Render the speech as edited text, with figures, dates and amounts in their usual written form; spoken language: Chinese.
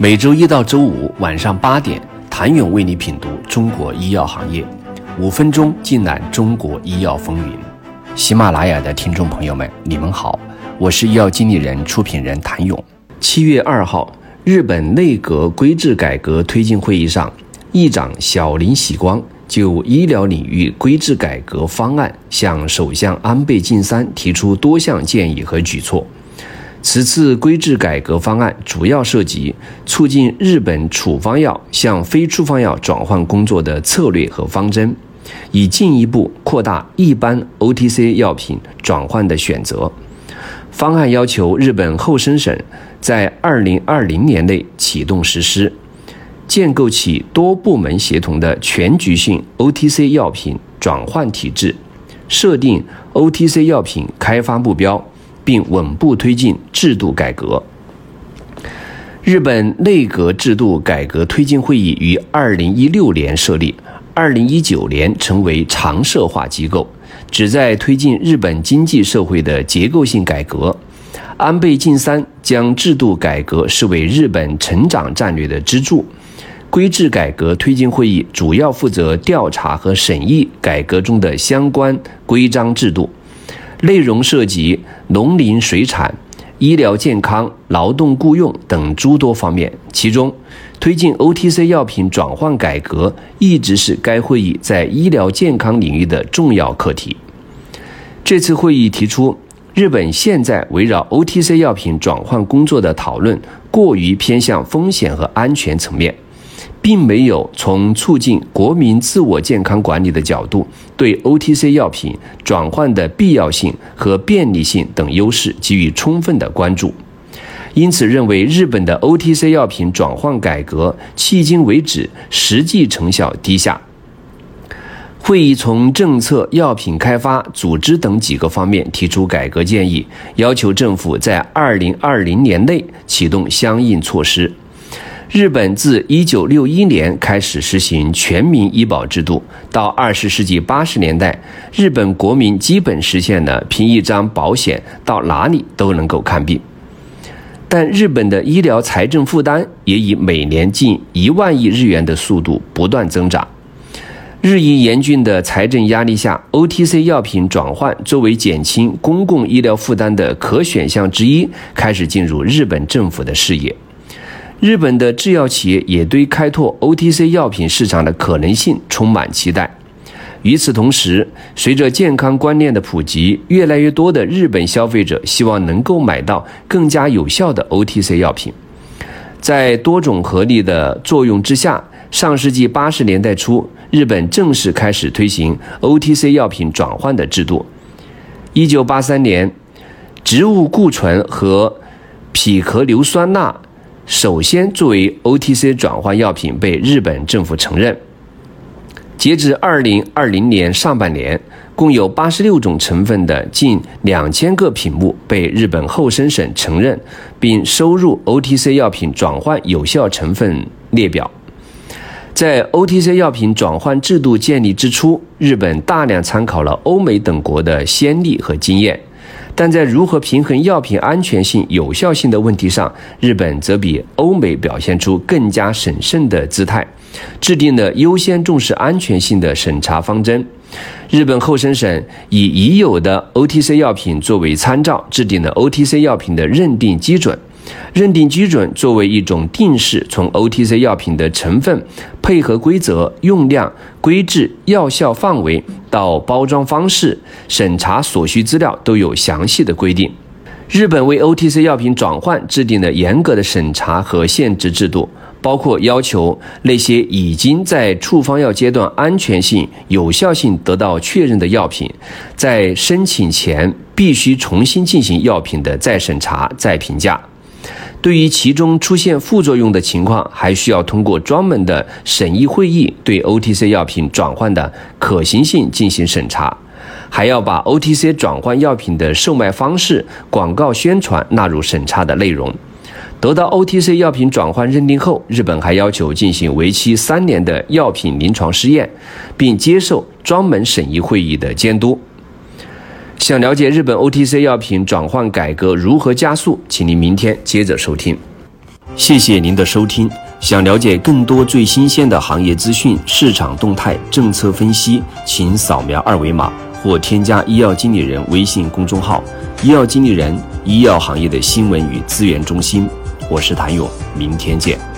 每周一到周五晚上8点，谭勇为你品读中国医药行业，5分钟尽览中国医药风云。喜马拉雅的听众朋友们，你们好，我是医药经理人、出品人谭勇。7月2号，日本内阁规制改革推进会议上，议长小林喜光就医疗领域规制改革方案向首相安倍晋三提出多项建议和举措。此次规制改革方案主要涉及促进日本处方药向非处方药转换工作的策略和方针，以进一步扩大一般 OTC 药品转换的选择。方案要求日本厚生省在2020年内启动实施，建构起多部门协同的全局性 OTC 药品转换体制，设定 OTC 药品开发目标，并稳步推进制度改革。日本内阁制度改革推进会议于2016年设立，2019年成为常设化机构，旨在推进日本经济社会的结构性改革。安倍晋三将制度改革视为日本成长战略的支柱。规制改革推进会议主要负责调查和审议改革中的相关规章制度，内容涉及农林水产、医疗健康、劳动雇用等诸多方面，其中推进 OTC 药品转换改革一直是该会议在医疗健康领域的重要课题。这次会议提出，日本现在围绕 OTC 药品转换工作的讨论过于偏向风险和安全层面，并没有从促进国民自我健康管理的角度对 OTC 药品转换的必要性和便利性等优势给予充分的关注，因此认为日本的 OTC 药品转换改革迄今为止实际成效低下。会议从政策、药品开发、组织等几个方面提出改革建议，要求政府在2020年内启动相应措施。日本自1961年开始实行全民医保制度，到20世纪80年代，日本国民基本实现了凭一张保险到哪里都能够看病。但日本的医疗财政负担也以每年近1万亿日元的速度不断增长。日益严峻的财政压力下， OTC 药品转换作为减轻公共医疗负担的可选项之一，开始进入日本政府的视野。日本的制药企业也对开拓 OTC 药品市场的可能性充满期待。与此同时，随着健康观念的普及，越来越多的日本消费者希望能够买到更加有效的 OTC 药品。在多种合力的作用之下，上世纪80年代初，日本正式开始推行 OTC 药品转换的制度。1983年，植物固醇和吡喹硫酸钠首先作为 OTC 转换药品被日本政府承认。截至2020年上半年，共有86种成分的近2000个品目被日本厚生省承认，并收入 OTC 药品转换有效成分列表。在 OTC 药品转换制度建立之初，日本大量参考了欧美等国的先例和经验，但在如何平衡药品安全性、有效性的问题上，日本则比欧美表现出更加审慎的姿态，制定了优先重视安全性的审查方针。日本厚生省以已有的 OTC 药品作为参照，制定了 OTC 药品的认定基准。认定基准作为一种定式，从 OTC 药品的成分、配合规则、用量、规制、药效范围到包装方式、审查所需资料都有详细的规定。日本为 OTC 药品转换制定了严格的审查和限制制度，包括要求那些已经在处方药阶段安全性、有效性得到确认的药品，在申请前必须重新进行药品的再审查、再评价。对于其中出现副作用的情况，还需要通过专门的审议会议对 OTC 药品转换的可行性进行审查，还要把 OTC 转换药品的售卖方式、广告宣传纳入审查的内容。得到 OTC 药品转换认定后，日本还要求进行为期3年的药品临床试验，并接受专门审议会议的监督。想了解日本 OTC 药品转换改革如何加速，请您明天接着收听。 谢谢您的收听。想了解更多最新鲜的行业资讯、市场动态、政策分析，请扫描二维码或添加医药经理人微信公众号“医药经理人”，医药行业的新闻与资源中心。我是谭勇，明天见。